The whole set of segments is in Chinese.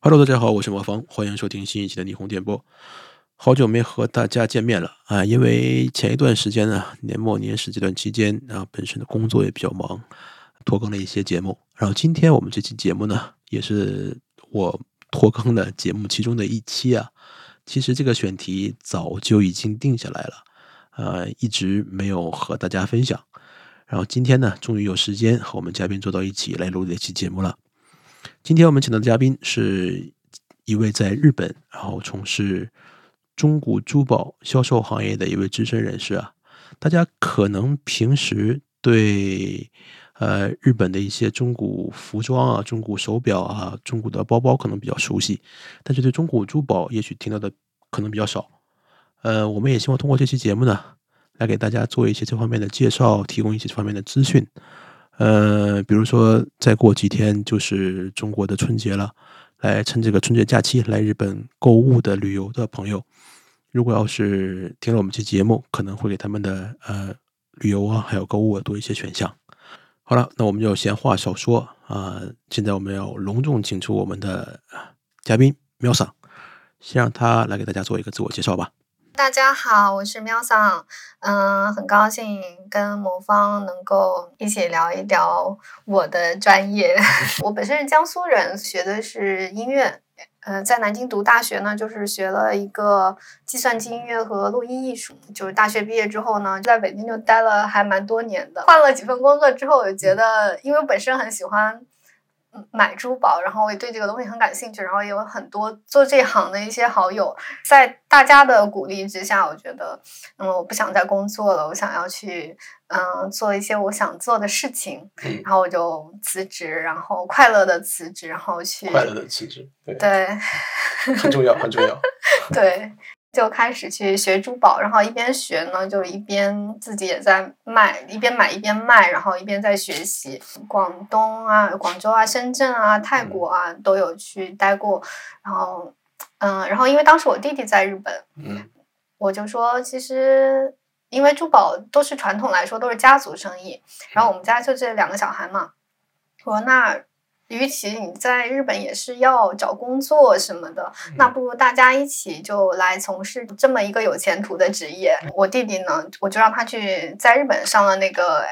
Hello，大家好，我是魔方，欢迎收听新一期的霓虹电波。好久没和大家见面了啊，因为前一段时间呢，年末年始这段期间啊，本身的工作也比较忙，拖更了一些节目。然后今天我们这期节目呢，也是我拖更的节目其中的一期啊。其实这个选题早就已经定下来了，一直没有和大家分享。然后今天呢，终于有时间和我们嘉宾坐到一起来录这期节目了。今天我们请到的嘉宾是一位在日本然后从事中古珠宝销售行业的一位资深人士啊。大家可能平时对日本的一些中古服装啊、中古手表啊、中古的包包可能比较熟悉，但是对中古珠宝也许听到的可能比较少。我们也希望通过这期节目呢，来给大家做一些这方面的介绍，提供一些这方面的资讯。比如说再过几天就是中国的春节了，来趁这个春节假期来日本购物的旅游的朋友，如果要是听了我们这节目，可能会给他们的旅游啊还有购物多一些选项。好了，那我们就闲话少说啊，现在我们要隆重请出我们的嘉宾喵桑，先让他来给大家做一个自我介绍吧。 大家好，我是喵桑，很高兴跟魔方能够一起聊一聊我的专业。我本身是江苏人，学的是音乐，在南京读大学呢，就是学了一个计算机音乐和录音艺术。就是大学毕业之后呢，在北京就待了还蛮多年的，换了几份工作之后，我就觉得，因为我本身很喜欢买珠宝，然后我也对这个东西很感兴趣，然后也有很多做这行的一些好友，在大家的鼓励之下，我觉得，我不想再工作了，我想要去，做一些我想做的事情，然后我就辞职，然后快乐的辞职，然后去快乐的辞职， 对， 很重要，很重要。 对。就开始去学珠宝，然后一边学呢，就一边自己也在卖，一边买一边卖，然后一边在学习。广东啊、广州啊、深圳啊、泰国啊都有去待过，然后因为当时我弟弟在日本，我就说其实因为珠宝都是传统来说都是家族生意，然后我们家就这2个小孩嘛，我说那与其你在日本也是要找工作什么的，那不如大家一起就来从事这么一个有前途的职业。我弟弟呢，我就让他去在日本上了那个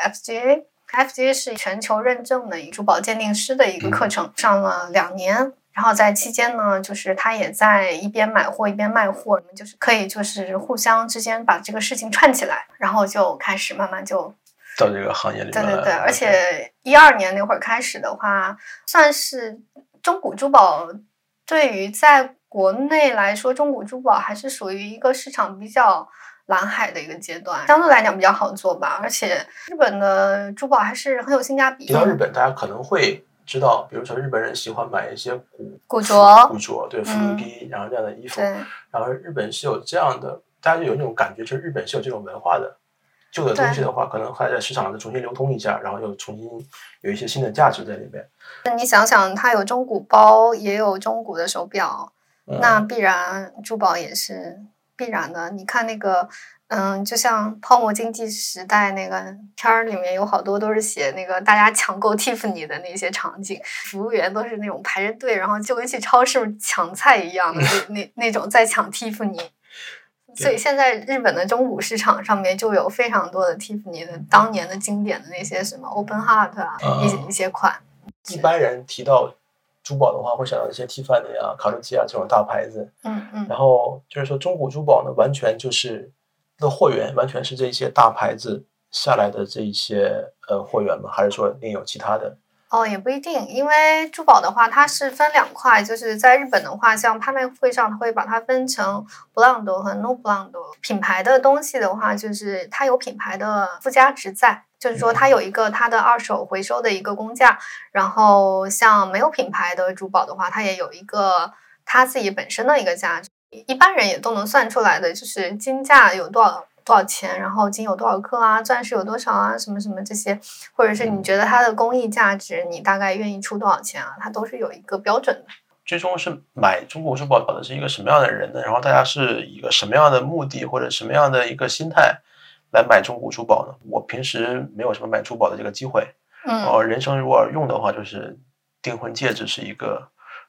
FGA 是全球认证的一个珠宝鉴定师的一个课程，上了2年。然后在期间呢，就是他也在一边买货一边卖货，我们就是可以就是互相之间把这个事情串起来，然后就开始慢慢就到这个行业里面来。 对，而且12年那会儿开始的话，算是中古珠宝对于在国内来说，中古珠宝还是属于一个市场比较蓝海的一个阶段，相对来讲比较好做吧。而且日本的珠宝还是很有性价比。 提到日本，大家可能会知道，比如说日本人喜欢买一些古着， 对，古着，然后这样的衣服。 然后日本是有这样的，大家就有那种感觉，就是日本是有这种文化的。旧的东西的话，可能还在市场上重新流通一下，然后又重新有一些新的价值在里面。 你想想，它有中古包，也有中古的手表，那必然珠宝也是必然的。你看那个，就像泡沫经济时代那个片儿里面有好多都是写那个大家抢购 Tiffany 的那些场景，服务员都是那种排着队，然后就跟去超市抢菜一样的那种在抢 Tiffany。所以现在日本的中古市场上面就有非常多的 Tiffany 的当年的经典的那些什么 Open Heart 啊，一些款。 一般人提到珠宝的话，会想到一些 Tiffany 啊、卡路吉亚这种大牌子。然后就是说中古珠宝呢，完全就是的货源完全是这些大牌子下来的这一些货源吗？还是说另有其他的？ 也不一定，因为珠宝的话，它是分2块，就是在日本的话，像拍卖会上会把它分成 Blando 和 No Blando。品牌的东西的话，就是它有品牌的附加值在，就是说它有一个它的二手回收的一个工价，然后像没有品牌的珠宝的话，它也有一个它自己本身的一个价值，一般人也都能算出来的，就是金价有多少钱，然后金有多少克啊，钻石有多少啊，什么什么这些，或者是你觉得它的工艺价值，你大概愿意出多少钱啊，它都是有一个标准的。 最终是买中古珠宝的是一个什么样的人呢？然后大家是一个什么样的目的或者什么样的一个心态来买中古珠宝呢？我平时没有什么买珠宝的这个机会，人生如果用的话，就是订婚戒指是一个，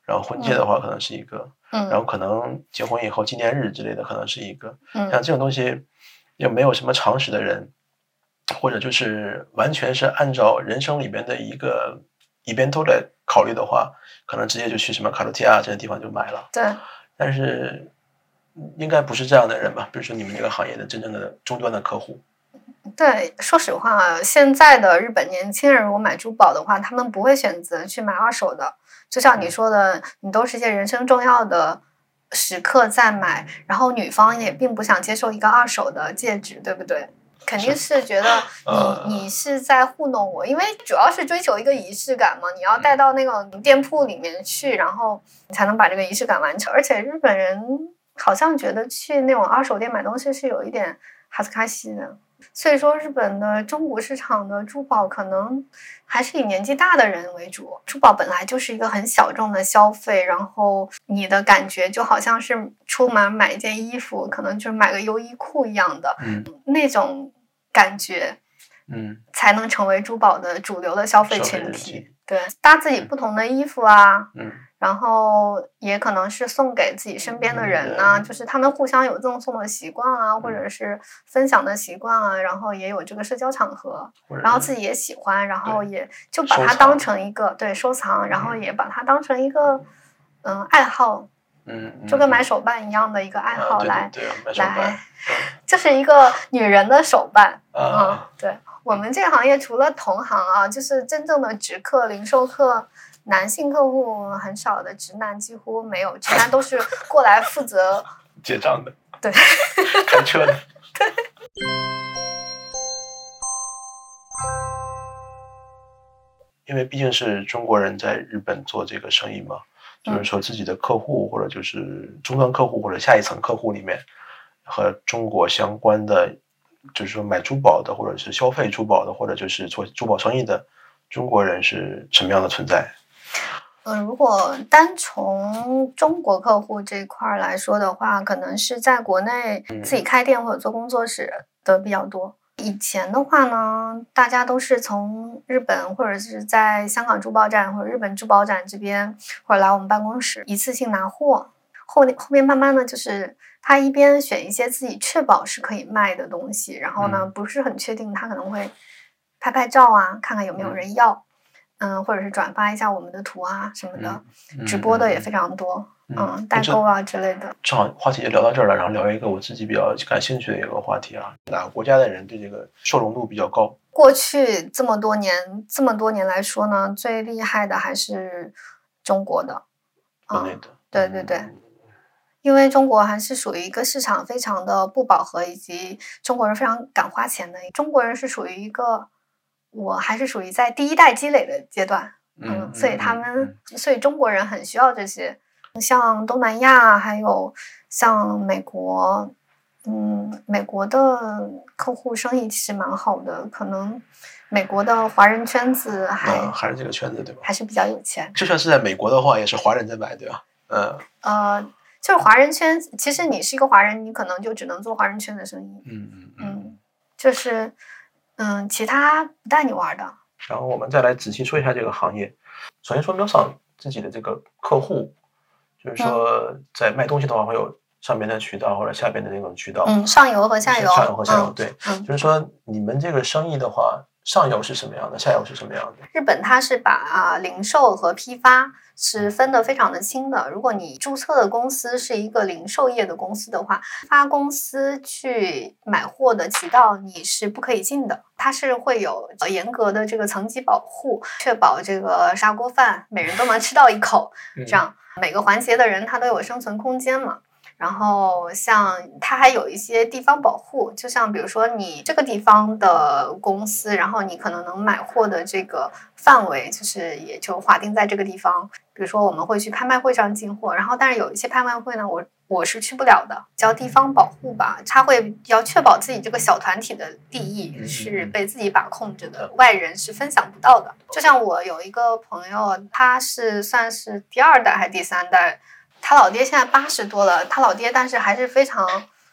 然后婚戒的话可能是一个，然后可能结婚以后纪念日之类的可能是一个，像这种东西又没有什么常识的人，或者就是完全是按照人生里边的一边都来考虑的话，可能直接就去什么卡罗提亚这些地方就买了。 对， 但是应该不是这样的人吧？比如说你们这个行业的真正的终端的客户。 对，说实话，现在的日本年轻人如果买珠宝的话，他们不会选择去买二手的。就像你说的，你都是一些人生重要的时刻在买，然后女方也并不想接受一个二手的戒指，对不对？肯定是觉得你是在糊弄我，因为主要是追求一个仪式感嘛，你要带到那个店铺里面去，然后你才能把这个仪式感完成。而且日本人好像觉得去那种二手店买东西是有一点哈斯卡西的。所以说日本的中国市场的珠宝可能还是以年纪大的人为主，珠宝本来就是一个很小众的消费，然后你的感觉就好像是出门买一件衣服，可能就是买个优衣库一样的，那种感觉才能成为珠宝的主流的消费群体。对，搭自己不同的衣服啊，然后也可能是送给自己身边的人啊，就是他们互相有赠送的习惯啊，或者是分享的习惯啊，然后也有这个社交场合，然后自己也喜欢，然后也就把它当成一个收藏，然后也把它当成一个爱好，就跟买手办一样的一个爱好来，这是一个女人的手办对。我们这个行业除了同行啊，就是真正的直客、零售客，男性客户很少的，直男几乎没有，直男都是过来负责结账的， 对， 开车的， 对。 因为毕竟是中国人在日本做这个生意嘛，就是说自己的客户或者就是终端客户或者下一层客户里面，和中国相关的。就是说买珠宝的，或者是消费珠宝的，或者就是做珠宝生意的中国人是什么样的存在？ 如果单从中国客户这块来说的话，可能是在国内自己开店或者做工作室的比较多。以前的话呢，大家都是从日本或者是在香港珠宝展或者日本珠宝展这边，或者来我们办公室一次性拿货。后面慢慢的就是他一边选一些自己确保是可以卖的东西，然后呢不是很确定，他可能会拍照啊，看看有没有人要，或者是转发一下我们的图啊什么的，直播的也非常多，代购啊之类的。 正好话题就聊到这儿了，然后聊一个我自己比较感兴趣的一个话题啊，哪个国家的人对这个受容度比较高？ 过去这么多年来说呢，最厉害的还是中国的， 国内的， 对对对。因为中国还是属于一个市场非常的不饱和，以及中国人非常敢花钱的。中国人是属于一个，我还是属于在第一代积累的阶段，所以所以中国人很需要这些，像东南亚，还有像美国，美国的客户生意其实蛮好的，可能美国的华人圈子还是这个圈子对吧？ 还是比较有钱。 就算是在美国的话，也是华人在买，对吧？ 就是华人圈，其实你是一个华人，你可能就只能做华人圈的生意。就是其他不带你玩的。 然后我们再来仔细说一下这个行业。首先说喵桑自己的这个客户，就是说在卖东西的话，会有上边的渠道或者下边的那种渠道。 上游和下游。 上游和下游，对。就是说你们这个生意的话，上游是什么样的，下游是什么样的？ 日本它是把零售和批发是分得非常的清的。如果你注册的公司是一个零售业的公司的话，发公司去买货的渠道你是不可以进的，它是会有严格的这个层级保护，确保这个砂锅饭每人都能吃到一口，这样每个环节的人他都有生存空间嘛。然后像它还有一些地方保护，就像比如说你这个地方的公司，然后你可能能买货的这个范围就是也就划定在这个地方。比如说我们会去拍卖会上进货，然后但是有一些拍卖会呢，我是去不了的，叫地方保护吧，它会要确保自己这个小团体的利益是被自己把控着的，外人是分享不到的。就像我有一个朋友，他是算是第2代还是第3代，他老爹现在80多了，他老爹但是还是非常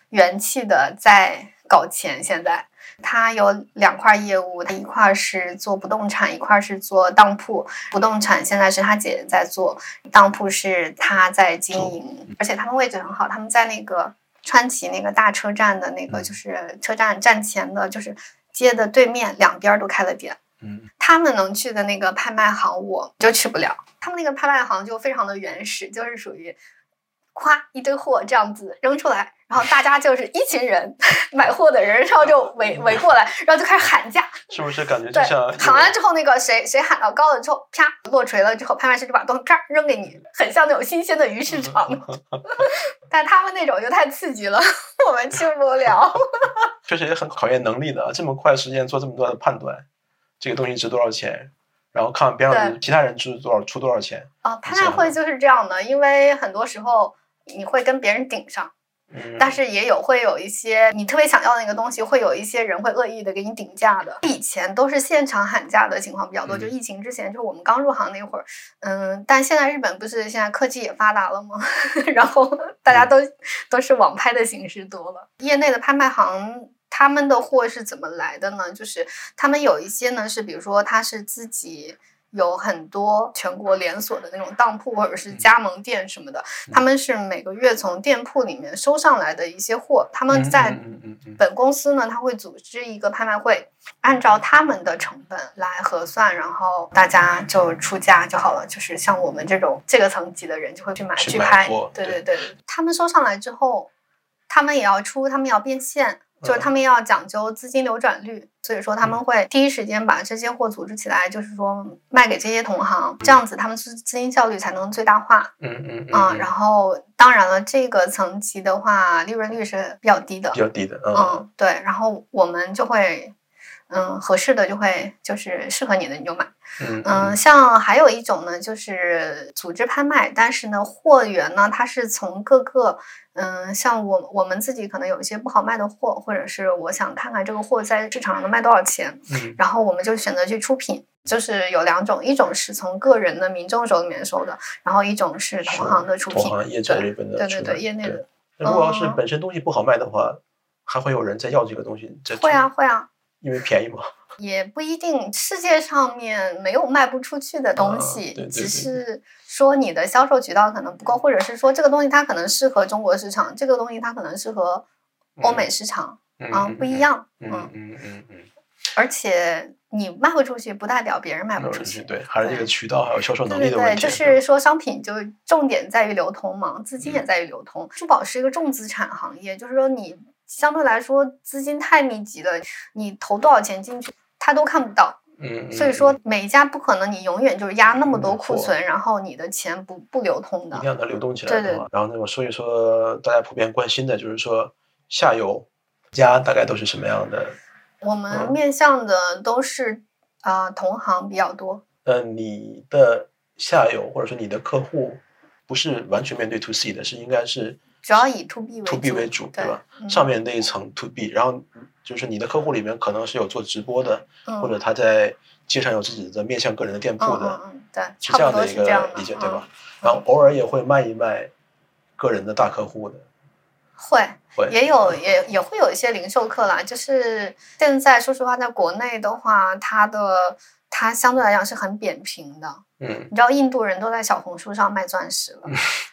元气的在搞钱。现在他有2块业务，一块是做不动产，一块是做当铺。不动产现在是他姐在做，当铺是他在经营，而且他们位置很好，他们在那个川崎那个大车站的那个就是车站站前的，就是街的对面，两边都开了店。他们能去的那个拍卖行我就去不了，他们那个拍卖行就非常的原始，就是属于夸一堆货这样子扔出来，然后大家就是一群人买货的人，然后就围过来，然后就开始喊价， 是不是感觉就像喊完之后那个谁喊到高了之后，啪落锤了之后，拍卖师就把东西啪扔给你，很像那种新鲜的鱼市场。但他们那种就太刺激了，我们去不了。 确实也很考验能力的，这么快时间做这么多的判断，这个东西值多少钱，然后看边上其他人出多少钱。 拍卖会就是这样的，因为很多时候你会跟别人顶上，但是也会有一些你特别想要的那个东西，会有一些人会恶意的给你顶价的。以前都是现场喊价的情况比较多，就疫情之前，就是我们刚入行那会儿，但现在日本不是现在科技也发达了吗？然后大家都是网拍的形式多了。业内的拍卖行他们的货是怎么来的呢？就是他们有一些呢是比如说他是自己有很多全国连锁的那种当铺或者是加盟店什么的，他们是每个月从店铺里面收上来的一些货，他们在本公司呢，他会组织一个拍卖会，按照他们的成本来核算，然后大家就出价就好了。就是像我们这个层级的人就会去拍，对，他们收上来之后，他们也要出，他们要变现。就是他们要讲究资金流转率，所以说他们会第一时间把这些货组织起来，就是说卖给这些同行，这样子他们资金效率才能最大化。然后当然了，这个层级的话，利润率是比较低的，对，然后我们就会合适的就会就是适合你的你就买。像还有一种呢，就是组织拍卖，但是呢，货源呢，它是从各个像我们自己可能有一些不好卖的货，或者是我想看看这个货在市场上能卖多少钱，然后我们就选择去出品。就是有2种，一种是从个人的民众手里面收的，然然后一种是同行的出品， 同行业者里边的， 对，业内的。 如果要是本身东西不好卖的话，还会有人在要这个东西？ 会啊， 因为便宜嘛。 也不一定，世界上面没有卖不出去的东西，只是说你的销售渠道可能不够，或者是说这个东西它可能适合中国市场，这个东西它可能适合欧美市场，不一样。而且你卖不出去，不代表别人卖不出去。 对，还是这个渠道还有销售能力的问题。 对，就是说商品就重点在于流通嘛，资金也在于流通。珠宝是一个重资产行业，就是说你相对来说资金太密集了，你投多少钱进去，他都看不到。所以说每一家不可能你永远就是压那么多库存，然后你的钱不流通的， 一定要能流动起来的话。 对。 然后呢，我说一说大家普遍关心的，就是说下游家大概都是什么样的？ 我们面向的都是同行比较多。 你的下游或者说你的客户不是完全面对 to C 的，是应该是主要以 to B 为主，对吧？上面那一层 to B， 然后就是你的客户里面可能是有做直播的，或者他在街上有自己的面向个人的店铺的， 对， 是这样的一个理解，对吧？然后偶尔也会卖一卖个人的大客户的。 会也会有一些零售客啦，就是现在说实话，在国内的话，它相对来讲是很扁平的。你知道印度人都在小红书上卖钻石了，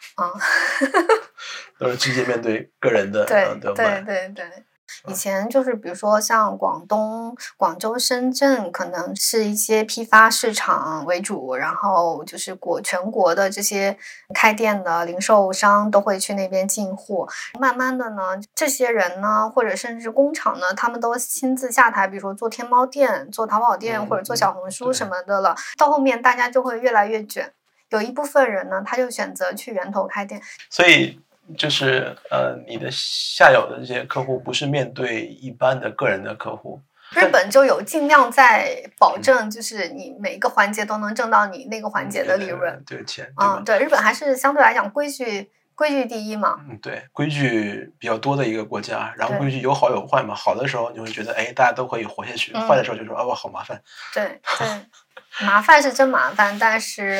都是直接面对个人的， 对。以前就是比如说像广东、广州、深圳，可能是一些批发市场为主，然后就是全国的这些开店的零售商都会去那边进货。慢慢的呢，这些人呢，或者甚至工厂呢，他们都亲自下台，比如说做天猫店、做淘宝店或者做小红书什么的了。到后面大家就会越来越卷，有一部分人呢，他就选择去源头开店。 所以就是你的下游的这些客户不是面对一般的个人的客户。 日本就有尽量在保证，就是你每一个环节都能挣到你那个环节的利润， 对钱， 对，日本还是相对来讲规矩第一嘛。 对，规矩比较多的一个国家，然后规矩有好有坏嘛。好的时候你会觉得大家都可以活下去，坏的时候就说哇好麻烦。 对，麻烦是真麻烦，但是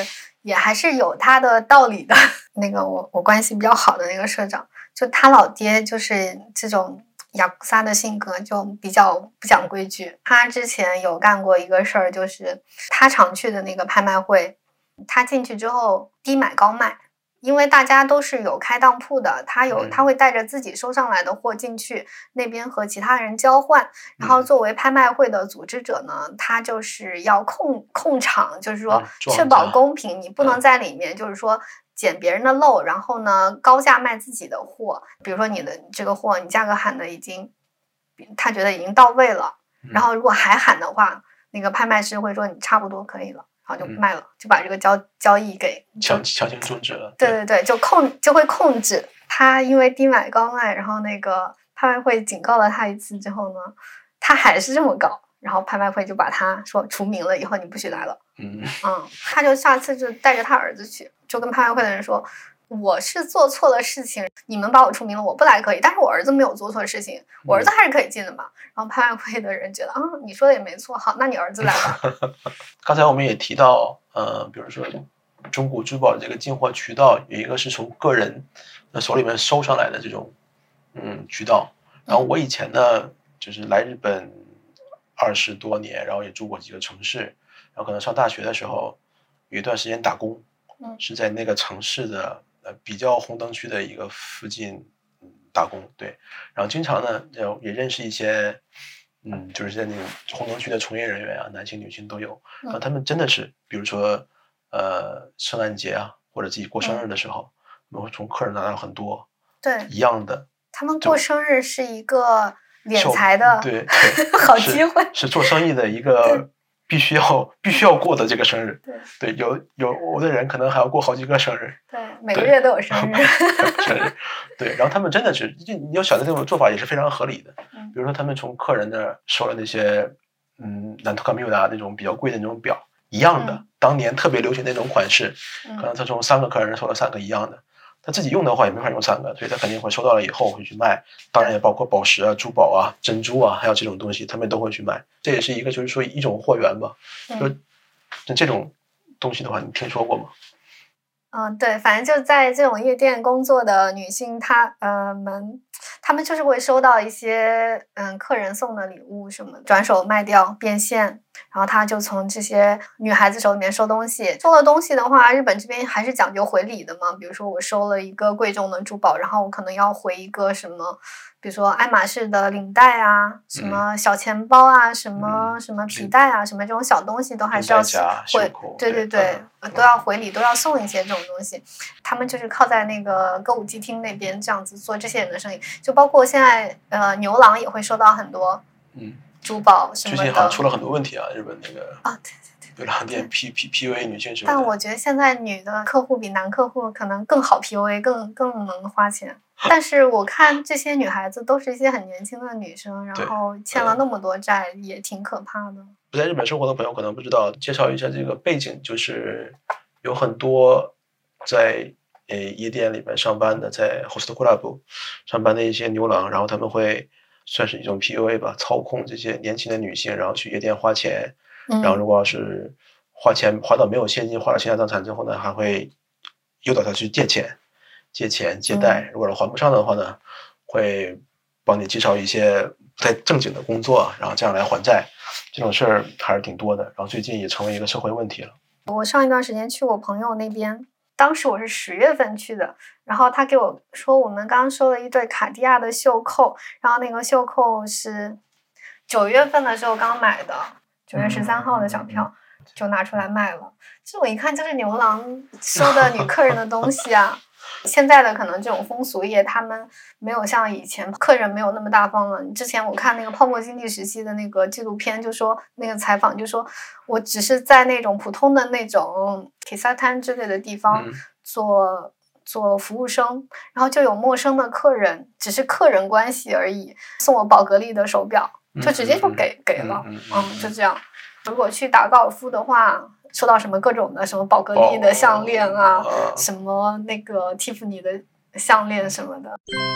也还是有他的道理的。那个我关系比较好的那个社长，就他老爹就是这种雅库萨的性格，就比较不讲规矩。他之前有干过一个事儿，就是他常去的那个拍卖会，他进去之后低买高卖。因为大家都是有开当铺的，他会带着自己收上来的货进去那边和其他人交换，然后作为拍卖会的组织者呢，他就是要控场，就是说确保公平，你不能在里面就是说捡别人的漏，然后呢高价卖自己的货。比如说你的这个货，你价格喊的他觉得已经到位了，然后如果还喊的话，那个拍卖师会说你差不多可以了。然后就卖了，就把这个交易给强行终止了。 对，就会控制他，因为低买高卖，然后那个拍卖会警告了他一次之后呢，他还是这么搞，然后拍卖会就把他说除名了，以后你不许来了。他就下次就带着他儿子去，就跟拍卖会的人说，我是做错了事情，你们把我除名了，我不来可以，但是我儿子没有做错事情，我儿子还是可以进的嘛。然后拍卖会的人觉得你说的也没错，好，那你儿子来吧。 刚才我们也提到比如说中古珠宝的这个进货渠道，有一个是从个人手里面收上来的这种渠道。然后我以前呢就是来日本20多年，然后也住过几个城市，然后可能上大学的时候有一段时间打工，是在那个城市的比较红灯区的一个附近打工。对，然后经常呢也认识一些就是在那种红灯区的从业人员啊，男性女性都有。然后他们真的是比如说圣诞节啊，或者自己过生日的时候，我们会从客人拿到很多一样的。 他们过生日是一个敛财的对好机会， 是做生意的一个必须要过的这个生日。对，有的人可能还要过好几个生日。 对，每个月都有生日。 生日，对，然后他们真的是，你要想的这种做法也是非常合理的。比如说他们从客人那儿收了那些南托卡米乌达那种比较贵的那种表一样的，当年特别流行那种款式，可能他从3个客人收了3个一样的。他自己用的话也没法用3个，所以他肯定会收到了以后会去卖。当然也包括宝石啊、珠宝啊、珍珠啊，还有这种东西，他们都会去卖。这也是一个就是说一种货源吧。就这种东西的话，你听说过吗？ 对，反正就在这种夜店工作的女性，她们就是会收到一些客人送的礼物什么，转手卖掉变现，然后她就从这些女孩子手里面收东西。收了东西的话，日本这边还是讲究回礼的嘛。比如说我收了一个贵重的珠宝，然后我可能要回一个什么，比如说爱马仕的领带啊，什么小钱包啊，什么皮带啊，什么这种小东西都还是要回。对，都要回礼，都要送一些这种东西。他们就是靠在那个歌舞伎町那边这样子做这些人的生意，就包括现在牛郎也会收到很多珠宝什么的。 最近好像出了很多问题啊，日本那个对牛郎店 PUA 女性什么的。 但我觉得现在女的客户比男客户可能更好 PUA， 更能花钱。但是我看这些女孩子都是一些很年轻的女生，然后欠了那么多债，也挺可怕的。 不在日本生活的朋友可能不知道，介绍一下这个背景，就是有很多在夜店里面上班的，在 host club 上班的一些牛郎，然后他们会算是一种 PUA 吧，操控这些年轻的女性，然后去夜店花钱，然后如果要是花钱花到没有现金，花了倾家荡产之后呢，还会诱导他去借钱借贷，如果是还不上的话呢，会帮你介绍一些不太正经的工作，然后这样来还债。这种事儿还是挺多的，然后最近也成为一个社会问题了。 我上一段时间去我朋友那边，当时我是10月份去的，然后他给我说我们刚收了一对卡地亚的袖扣，然后那个袖扣是9月份的时候刚买的，9月13号的小票就拿出来卖了。这我一看就是牛郎收的女客人的东西啊。现在的可能这种风俗业，他们没有像以前客人没有那么大方了。之前我看那个泡沫经济时期的那个纪录片，就说那个采访就说，我只是在那种普通的那种铁沙滩之类的地方做服务生，然后就有陌生的客人，只是客人关系而已，送我宝格丽的手表，就直接就给了，就这样。如果去打高尔夫的话，收到什么各种的什么宝格丽的项链啊，什么那个蒂芙尼的项链什么的。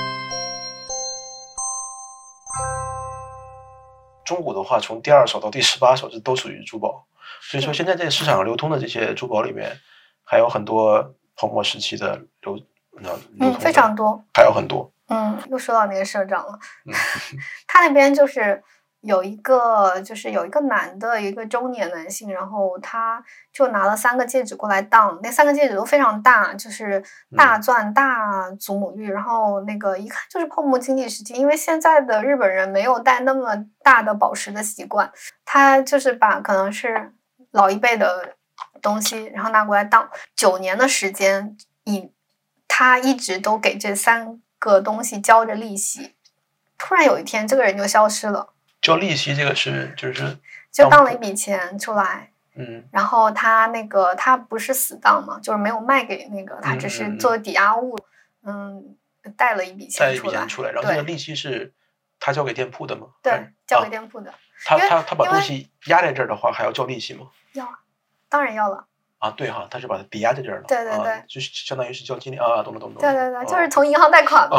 中古的话，从第2手到第18手这都属于珠宝，所以说现在这个市场上流通的这些珠宝里面， 还有很多泡沫时期的流通非常多， 还有很多。 又说到那个社长了， 嗯他那边就是有一个男的，一个中年男性，然后他就拿了3个戒指过来当，那3个戒指都非常大，就是大钻、大祖母绿，然后那个一看就是泡沫经济时期，因为现在的日本人没有戴那么大的宝石的习惯，他就是把可能是老一辈的东西，然后拿过来当，9年的时间，他一直都给这3个东西交着利息，突然有一天这个人就消失了。 交利息这个就当了一笔钱出来，然后他不是死当嘛，就是没有卖给那个，他只是做抵押物，贷了一笔钱出来， 然后这个利息是他交给店铺的吗？ 对，交给店铺的。 他把东西压在这儿的话，还要交利息吗？ 要啊，当然要了。 啊，对哈，他是把它抵押在这儿了。 对对对， 就相当于是交金利啊，懂了。 对对对，就是从银行贷款嘛。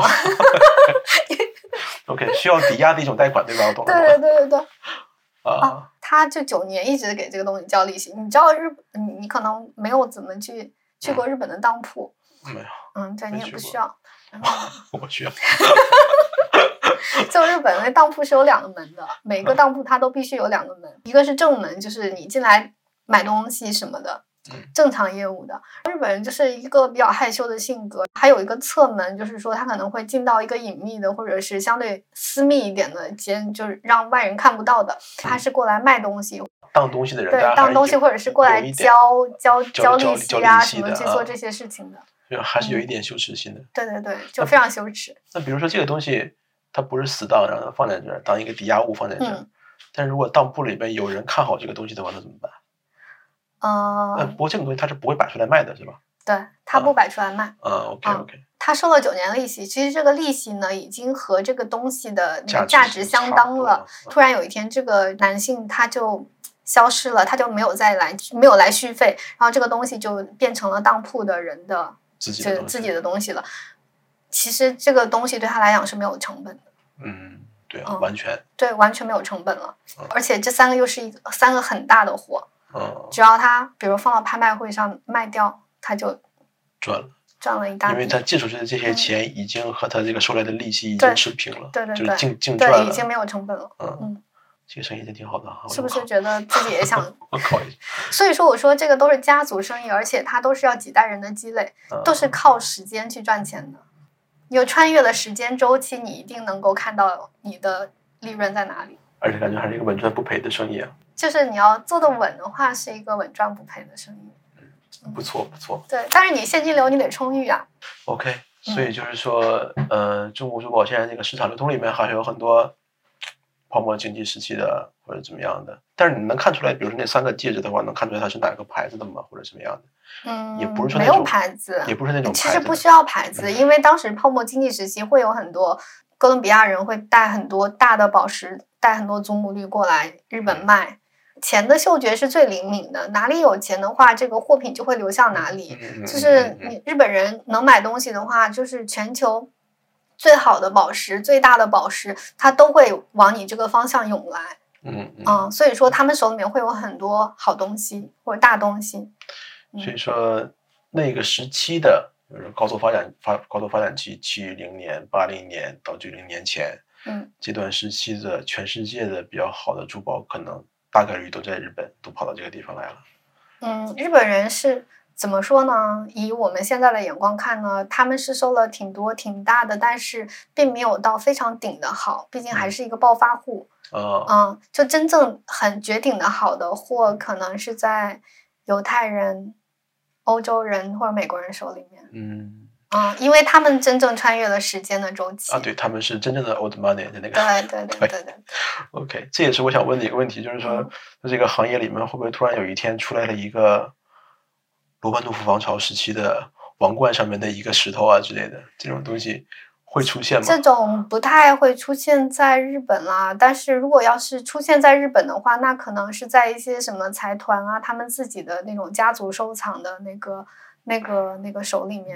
OK， 需要抵押的一种贷款，对吧？我懂了。 对。他就9年一直给这个东西交利息。你知道你可能没有怎么去过日本的当铺。 没有。 对，你也不需要。 我需要。 就日本的当铺是有2个门的，每个当铺它都必须有2个门，一个是正门，就是你进来买东西什么的。正常业务的。日本人就是一个比较害羞的性格，还有一个侧门，就是说他可能会进到一个隐秘的或者是相对私密一点的间，就是让外人看不到的。他是过来卖东西， 当东西的人， 对，当东西或者是过来交利息啊什么去做这些事情的， 还是有一点羞耻心的。 对，就非常羞耻。 那比如说这个东西它不是死当，让它放在这儿当一个抵押物放在这儿，但如果当铺里边有人看好这个东西的话，那怎么办？不过这个东西它是不会摆出来卖的，是吧？ 对，它不摆出来卖。 OK。 他收了9年利息，其实这个利息呢，已经和这个东西的那个价值相当了。突然有一天，这个男性他就消失了，他就没有来续费，然后这个东西就变成了当铺的人的自己的东西了。其实这个东西对他来讲是没有成本的。 对啊，完全没有成本了。而且这3个又是3个很大的货。只要他比如放到拍卖会上卖掉，他就赚了一大笔， 因为他借出去的这些钱已经和他这个收来的利息已经持平了， 对， 就是净赚了， 已经没有成本了。 这个生意真挺好的哈， 是不是觉得自己也想我考一下？ 所以说我说这个都是家族生意，而且它都是要几代人的积累，都是靠时间去赚钱的。你有穿越了时间周期，你一定能够看到你的利润在哪里。 而且感觉还是一个稳赚不赔的生意啊。 就是你要做的稳的话，是一个稳赚不赔的生意。 不错。 对，但是你现金流你得充裕啊。 OK， 所以就是说，中国珠宝现在这个市场流通里面还是有很多泡沫经济时期的或者怎么样的，但是你能看出来，比如说那3个戒指的话，能看出来它是哪个牌子的吗？或者什么样的？也不是说没有牌子， 也不是那种牌子。 其实不需要牌子，因为当时泡沫经济时期会有很多哥伦比亚人会带很多大的宝石，带很多祖母绿过来日本卖。钱的嗅觉是最灵敏的，哪里有钱的话，这个货品就会流向哪里。就是你日本人能买东西的话，就是全球最好的宝石、最大的宝石，它都会往你这个方向涌来。所以说他们手里面会有很多好东西或者大东西。 所以说那个时期的就是高度发展期，70年、80年到90年前，这段时期的全世界的比较好的珠宝可能大概率都在日本，都跑到这个地方来了。 日本人是怎么说呢？以我们现在的眼光看呢，他们是收了挺多挺大的，但是并没有到非常顶的好，毕竟还是一个暴发户。就真正很绝顶的好的货，可能是在犹太人、欧洲人或者美国人手里面。因为他们真正穿越了时间的周期。 对，他们是真正的 old money 的那个。 对。 OK， 这也是我想问的一个问题，就是说，在这个行业里面，会不会突然有一天出来了一个罗曼诺夫王朝时期的王冠上面的一个石头啊之类的，这种东西会出现吗？ 这种不太会出现在日本啦，但是如果要是出现在日本的话，那可能是在一些什么财团啊，他们自己的那种家族收藏的那个手里面。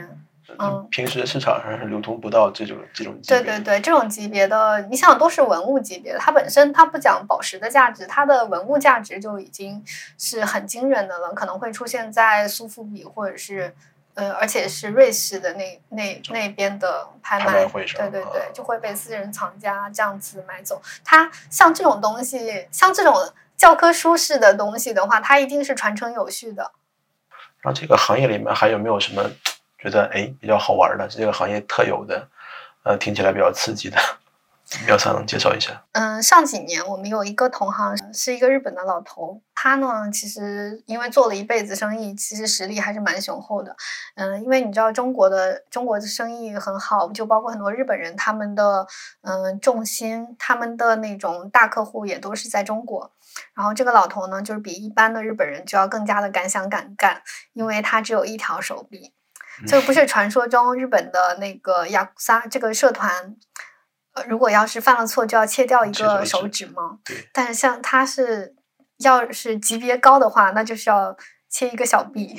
平时市场上是流通不到这种级别。 对，这种级别的，你想都是文物级别的，它本身它不讲宝石的价值，它的文物价值就已经是很惊人的了，可能会出现在苏富比或者是而且是瑞士的那边的拍卖会上， 对，就会被私人藏家这样子买走。它像这种东西，像这种教科书式的东西的话，它一定是传承有序的。 然后这个行业里面还有没有什么觉得比较好玩的，这个行业特有的，听起来比较刺激的，苗桑能介绍一下？ 上几年我们有一个同行是一个日本的老头，他呢其实因为做了一辈子生意，其实实力还是蛮雄厚的。因为你知道中国的生意很好，就包括很多日本人，他们的重心，他们的那种大客户也都是在中国。然后这个老头呢，就是比一般的日本人就要更加的敢想敢干，因为他只有一条手臂。这不是传说中日本的那个雅库萨这个社团，如果要是犯了错就要切掉一个手指吗？ 对。 但是像他是，要是级别高的话，那就是要切一个小臂。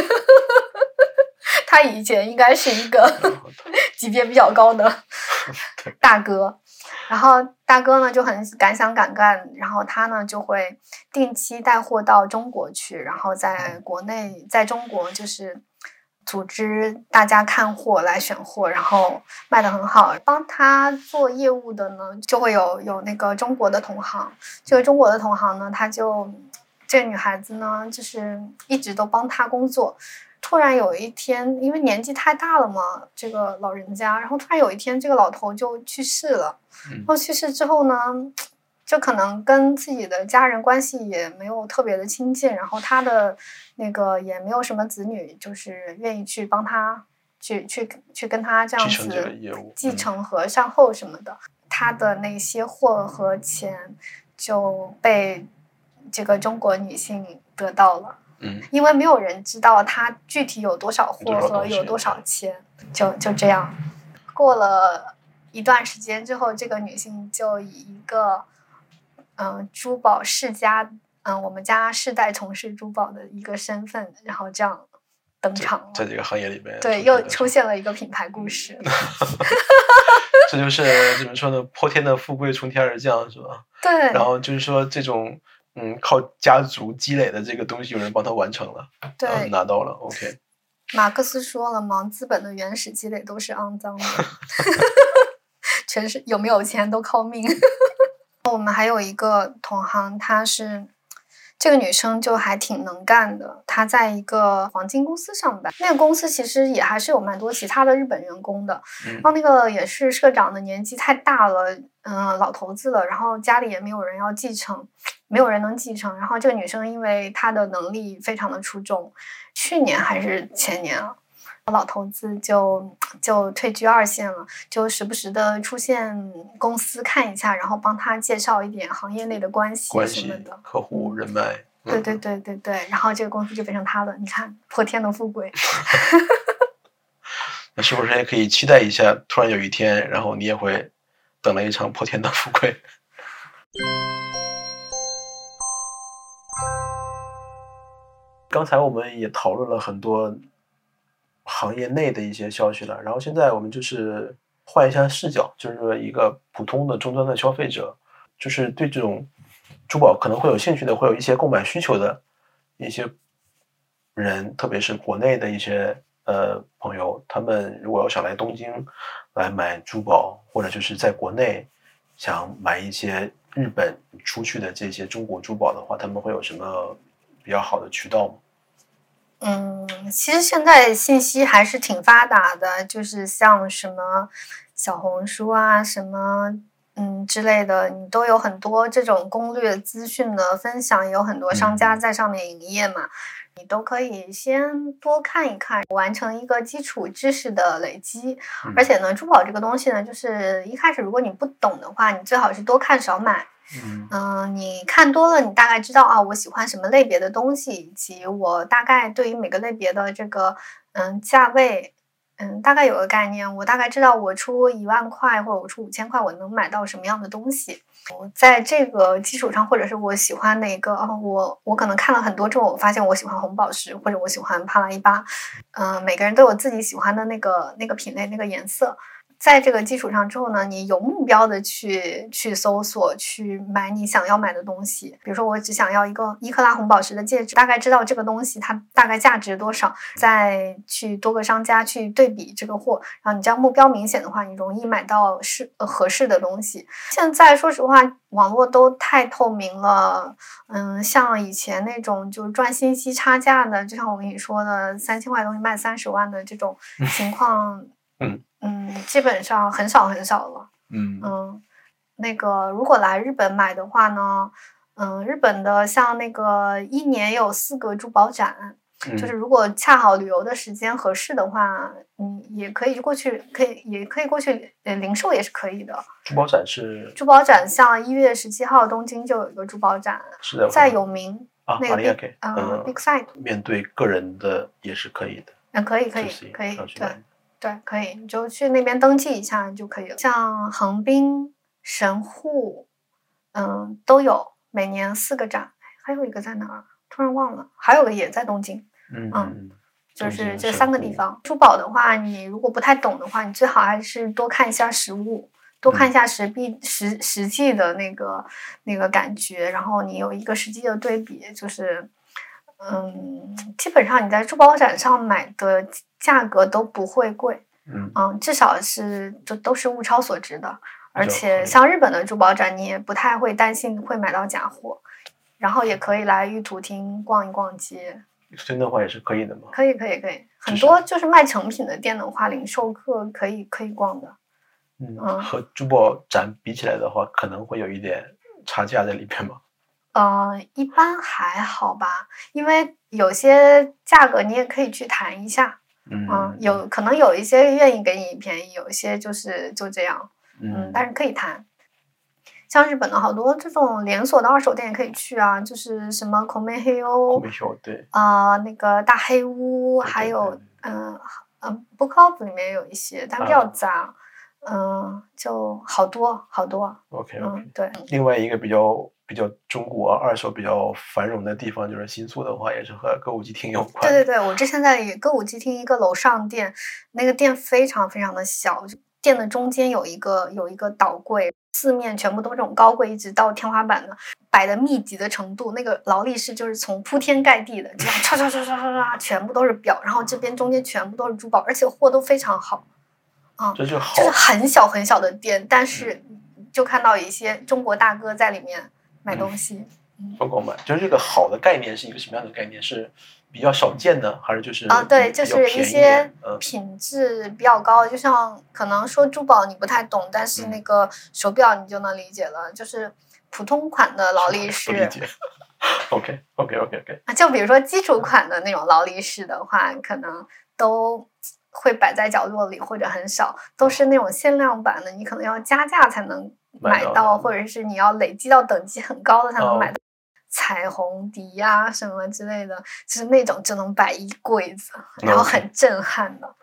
他以前应该是一个级别比较高的大哥。然后大哥呢就很敢想敢干，然后他呢就会定期带货到中国去，然后在国内在中国就是组织大家看货来选货，然后卖得很好。帮他做业务的呢就会有那个中国的同行，这个中国的同行呢这个女孩子呢就是一直都帮他工作。突然有一天，因为年纪太大了嘛，这个老人家，然后突然有一天这个老头就去世了。然后去世之后呢，就可能跟自己的家人关系也没有特别的亲近，然后他的那个也没有什么子女，就是愿意去帮他去跟他这样子继承和善后什么的。他的那些货和钱就被这个中国女性得到了。因为没有人知道他具体有多少货和有多少钱，就这样过了一段时间之后，这个女性就以一个珠宝世家，我们家世代从事珠宝的一个身份，然后这样登场了。 在这个行业里面， 对，又出现了一个品牌故事。 这就是怎么说呢？泼天的富贵从天而降，是吧？ 对。 然后就是说这种靠家族积累的这个东西，有人帮他完成了， 对， 拿到了。OK。 马克思说了嘛，资本的原始积累都是肮脏的。全是有没有钱都靠命。我们还有一个同行，这个女生就还挺能干的，她在一个黄金公司上班，那个公司其实也还是有蛮多其他的日本员工的。然后那个也是社长的年纪太大了，老头子了，然后家里也没有人要继承，没有人能继承。然后这个女生因为她的能力非常的出众，去年还是前年啊，老头子就退居二线了，就时不时的出现公司看一下，然后帮他介绍一点行业内的关系什么的， 客户人脉。 对，然后这个公司就变成他了。你看，泼天的富贵。 那是不是也可以期待一下，突然有一天，然后你也会等了一场泼天的富贵？刚才我们也讨论了很多行业内的一些消息了，然后现在我们就是换一下视角，就是一个普通的终端的消费者，就是对这种珠宝可能会有兴趣的，会有一些购买需求的一些人，特别是国内的一些朋友，他们如果要想来东京来买珠宝，或者就是在国内想买一些日本出去的这些中国珠宝的话，他们会有什么比较好的渠道吗？ 其实现在信息还是挺发达的，就是像什么小红书啊，什么之类的，你都有很多这种攻略资讯的分享，也有很多商家在上面营业嘛，你都可以先多看一看，完成一个基础知识的累积。而且呢，珠宝这个东西呢，就是一开始如果你不懂的话，你最好是多看少买。你看多了，你大概知道啊，我喜欢什么类别的东西，以及我大概对于每个类别的这个价位大概有个概念，我大概知道我出1万块或者我出5000块，我能买到什么样的东西。我在这个基础上，或者是我喜欢哪个，我可能看了很多之后，我发现我喜欢红宝石，或者我喜欢帕拉伊巴，每个人都有自己喜欢的那个品类、那个颜色。在这个基础上之后呢，你有目标的去搜索，去买你想要买的东西。比如说，我只想要一个1克拉红宝石的戒指，大概知道这个东西它大概价值多少，再去多个商家去对比这个货。然后你这样目标明显的话，你容易买到合适的东西。现在说实话，网络都太透明了，像以前那种就赚信息差价的，就像我跟你说的，3000块东西卖30万的这种情况。基本上很少很少了。那个如果来日本买的话呢，日本的像那个一年有4个珠宝展，就是如果恰好旅游的时间合适的话，也可以过去，也可以过去，零售也是可以的。 珠宝展是？珠宝展像1月17号东京就有一个珠宝展， 是的， 在有名那个 Big Side， 面对个人的也是可以的。 可以，对，可以，你就去那边登记一下就可以了。像横滨、神户，都有，每年4个展，还有一个在哪儿？突然忘了，还有个也在东京。就是这3个地方。珠宝的话，你如果不太懂的话，你最好还是多看一下实物，多看一下实际的那个感觉，然后你有一个实际的对比，就是。基本上你在珠宝展上买的价格都不会贵，至少是都是物超所值的。而且像日本的珠宝展，你也不太会担心会买到假货，然后也可以来玉图厅逛一逛街。 真的话也是可以的吗？ 可以，很多就是卖成品的店的话，零售客可以逛的。 和珠宝展比起来的话，可能会有一点差价在里边吗？ 一般还好吧，因为有些价格你也可以去谈一下，可能有一些愿意给你便宜，有一些就这样，但是可以谈。像日本的好多这种连锁的二手店也可以去啊，就是什么 Komeio， 对， 那个大黑屋，还有Book Off 里面有一些，但比较杂，就好多。 OK， 对。 另外一个比较中国二手比较繁荣的地方，就是新宿的话，也是和歌舞伎町有关。 对，我之前在歌舞伎町一个楼上店，那个店非常非常的小，店的中间有一个倒柜，四面全部都是这种高柜，一直到天花板的，摆的密集的程度，那个劳力士就是从铺天盖地的，这样唰，全部都是表，然后这边中间全部都是珠宝，而且货都非常好。 这好， 就是很小很小的店，但是就看到一些中国大哥在里面买东西。 疯狂买，就是这个好的概念是一个什么样的概念？是比较少见的，还是就是对，就是一些品质比较高，就像可能说珠宝你不太懂，但是那个手表你就能理解了，就是普通款的劳力士。 理解。OK。 就比如说基础款的那种劳力士的话，可能都会摆在角落里，或者很少，都是那种限量版的，你可能要加价才能买到，或者是你要累积到等级很高的才能买到。彩虹笛呀什么之类的，就是那种就能摆一柜子，然后很震撼的。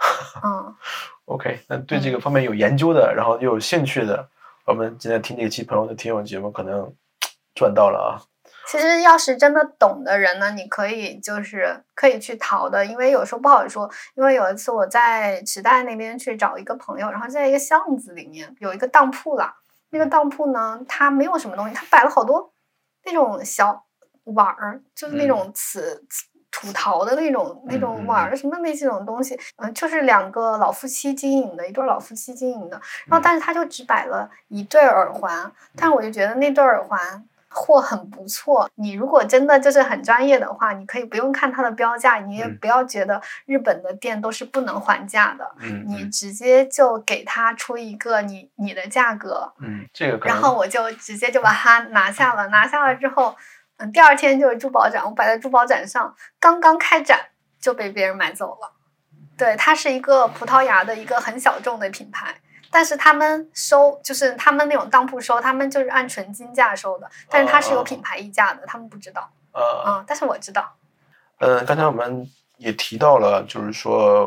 OK， 那对这个方面有研究的，然后又有兴趣的，我们今天听这期朋友的听友节目可能赚到了啊。 其实要是真的懂的人呢，你可以去淘的，因为有时候不好说。因为有一次我在池袋那边去找一个朋友，然后在一个巷子里面有一个当铺啦，那个当铺呢，它没有什么东西，它摆了好多那种小碗儿，就是那种土陶的那种碗儿什么那种东西，就是2个老夫妻经营的，一对老夫妻经营的。然后但是他就只摆了1对耳环，但是我就觉得那对耳环货很不错。你如果真的就是很专业的话，你可以不用看它的标价，你也不要觉得日本的店都是不能还价的，你直接就给他出一个你的价格， 这个然后我就直接就把它拿下了之后。第2天就是珠宝展，我摆在珠宝展上，刚刚开展就被别人买走了。对，它是一个葡萄牙的一个很小众的品牌，但是他们就是他们那种当铺他们就是按纯金价收的，但是它是有品牌溢价的，他们不知道。但是我知道。 刚才我们也提到了，就是说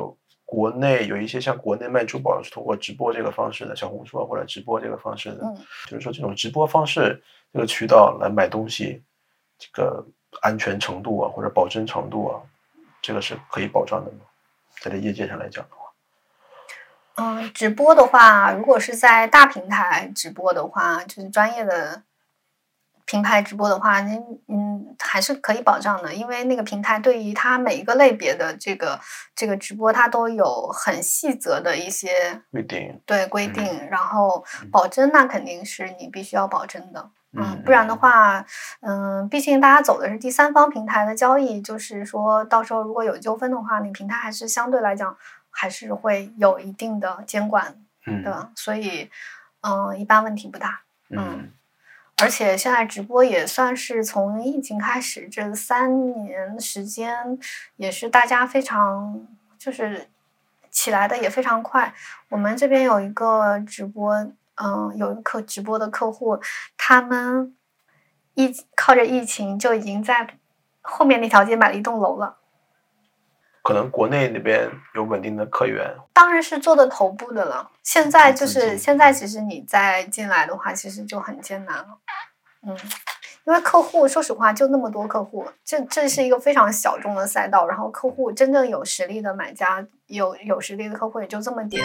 国内有一些像国内卖珠宝是通过直播这个方式的，小红书或者直播这个方式的，就是说这种直播方式这个渠道来买东西，这个安全程度啊或者保真程度啊，这个是可以保障的吗？在这业界上来讲的话。 直播的话，如果是在大平台直播的话，就是专业的平台直播的话，还是可以保障的，因为那个平台对于它每一个类别的这个直播，它都有很细则的一些规定，然后保真那肯定是你必须要保真的。不然的话，毕竟大家走的是第三方平台的交易，就是说到时候如果有纠纷的话，你平台还是相对来讲还是会有一定的监管的，所以一般问题不大。而且现在直播也算是从疫情开始这3年时间，也是大家非常就是起来的也非常快。我们这边有一个直播，有一个直播的客户，他们靠着疫情就已经在后面那条街买了一栋楼了。 可能国内那边有稳定的客源， 当然是做的头部的了。现在其实你再进来的话，其实就很艰难了。因为客户说实话就那么多客户，这是一个非常小众的赛道，然后客户真正有实力的买家，有实力的客户也就这么点。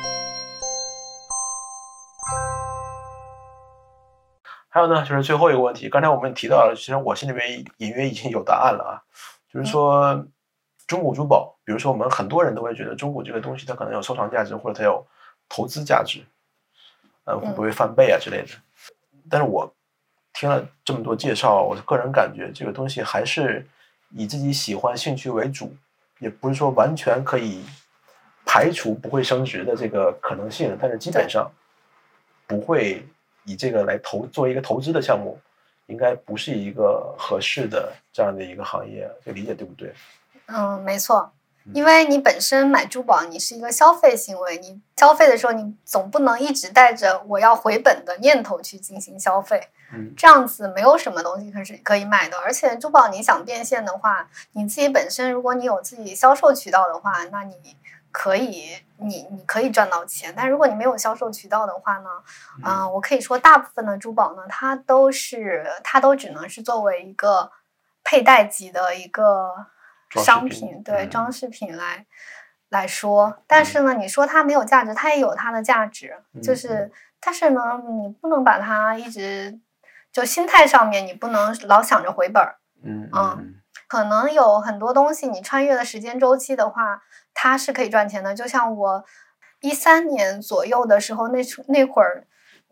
还有呢，就是最后一个问题，刚才我们提到了，其实我心里面隐约已经有答案了啊，就是说中古珠宝，比如说我们很多人都会觉得中古这个东西它可能有收藏价值，或者它有投资价值，会不会翻倍啊之类的。但是我听了这么多介绍，我个人感觉这个东西还是以自己喜欢兴趣为主，也不是说完全可以排除不会升值的这个可能性，但是基本上不会以这个来做一个投资的项目，应该不是一个合适的这样的一个行业，这理解对不对？ 没错。因为你本身买珠宝，你是一个消费行为，你消费的时候，你总不能一直带着我要回本的念头去进行消费，这样子没有什么东西可以买的。而且珠宝你想变现的话，你自己本身如果你有自己销售渠道的话，那你可以赚到钱。但如果你没有销售渠道的话呢，我可以说大部分的珠宝呢，它都只能是作为一个佩戴级的一个商品，对，装饰品来说。但是呢，你说它没有价值，它也有它的价值，但是呢，你不能把它一直就心态上面，你不能老想着回本。可能有很多东西你穿越了时间周期的话，它是可以赚钱的。就像我13年左右的时候，那会儿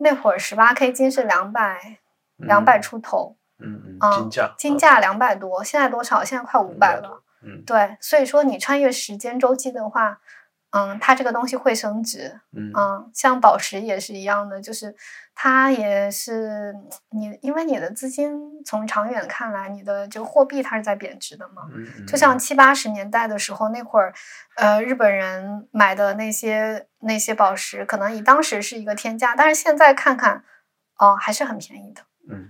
18K 金是200出头，金价200多，现在多少？现在快500了。对，所以说你穿越时间周期的话，它这个东西会升值。像宝石也是一样的，就是它也是因为你的资金从长远看来，你的这个货币它是在贬值的嘛。就像70、80年代的时候，那会儿日本人买的那些宝石，可能以当时是一个天价，但是现在看看，还是很便宜的。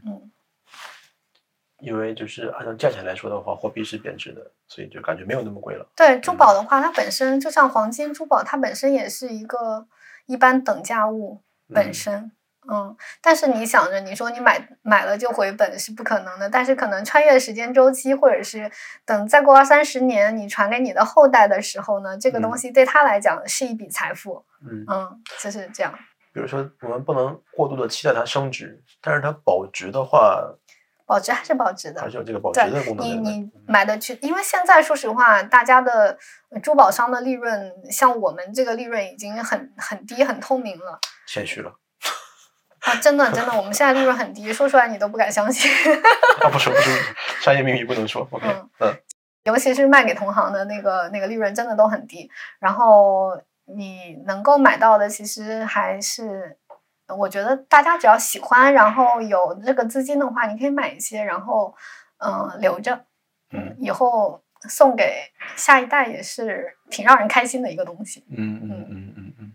因为就是按照价钱来说的话，货币是贬值的，所以就感觉没有那么贵了。 对，珠宝的话，它本身就像黄金珠宝，它本身也是一个一般等价物本身。但是你想着，你说你买了就回本是不可能的，但是可能穿越时间周期，或者是等再过20-30年，你传给你的后代的时候呢，这个东西对他来讲是一笔财富。就是这样。 比如说，我们不能过度的期待它升值，但是它保值的话。 保值还是保值的， 还是有这个保值的功能。 你买的因为现在说实话，大家的珠宝商的利润，像我们这个利润已经很低、很透明了。 谦虚了。 真的，我们现在利润很低，说出来你都不敢相信。 不说，商业秘密不能说。OK， 尤其是卖给同行的那个利润真的都很低，然后你能够买到的，其实还是。我觉得大家只要喜欢，然后有这个资金的话，你可以买一些，然后留着，以后送给下一代也是挺让人开心的一个东西。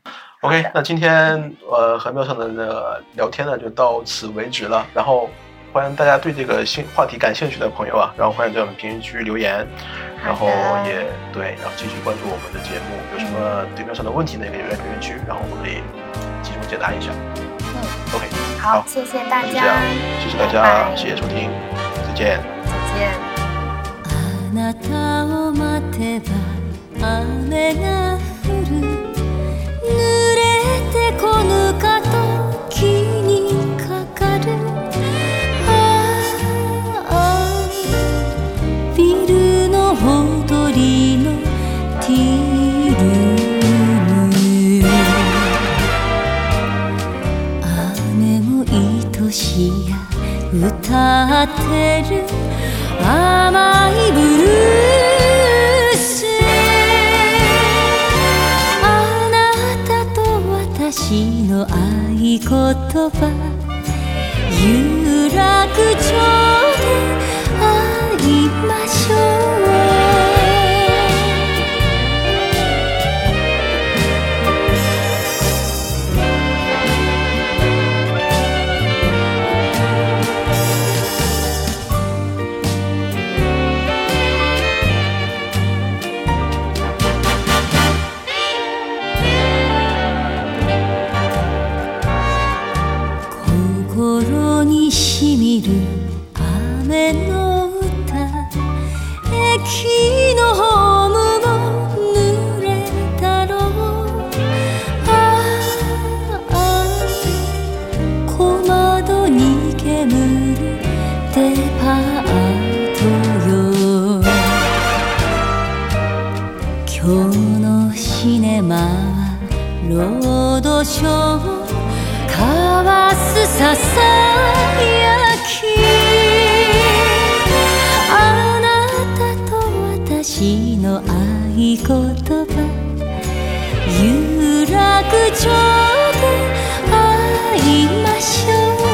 OK， 那今天和妙尚的聊天呢就到此为止了。然后欢迎大家对这个话题感兴趣的朋友啊，然后欢迎在我们评论区留言，然后也对，然后继续关注我们的节目，有什么对标上的问题呢，也可以留在评论区，然后我们可以集中解答一下。OK， 好，谢谢大家， 谢谢大家，谢谢收听，再见。 再见。 あなたを待てば雨が降る濡れてこぬかと気にかかるビルのほとりのティルム雨も愛しや歌ってる甘いブルースあなたと私の合言葉有楽町で会いましょう心にしみる雨の歌駅のホームも濡れたろう小窓に煙るデパートよ今日のシネマはロードショー交わすささやきあなたと私の合言葉有楽町で会いましょう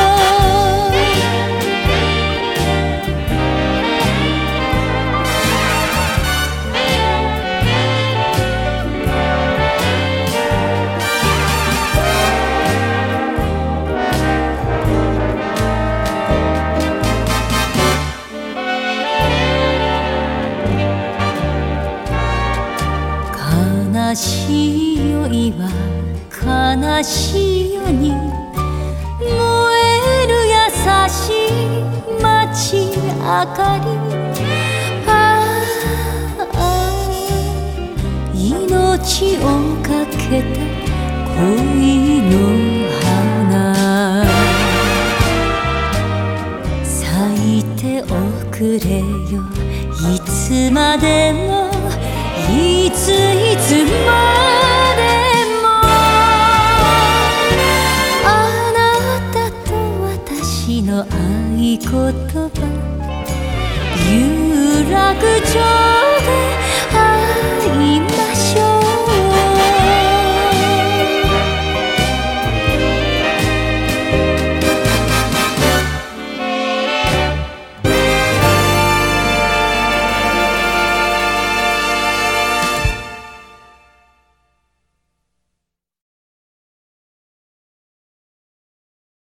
悲しい宵は悲しいように燃える優しい街明かり命をかけた恋の花咲いておくれよいつまでもいつまでもあなたと私の合言葉有楽町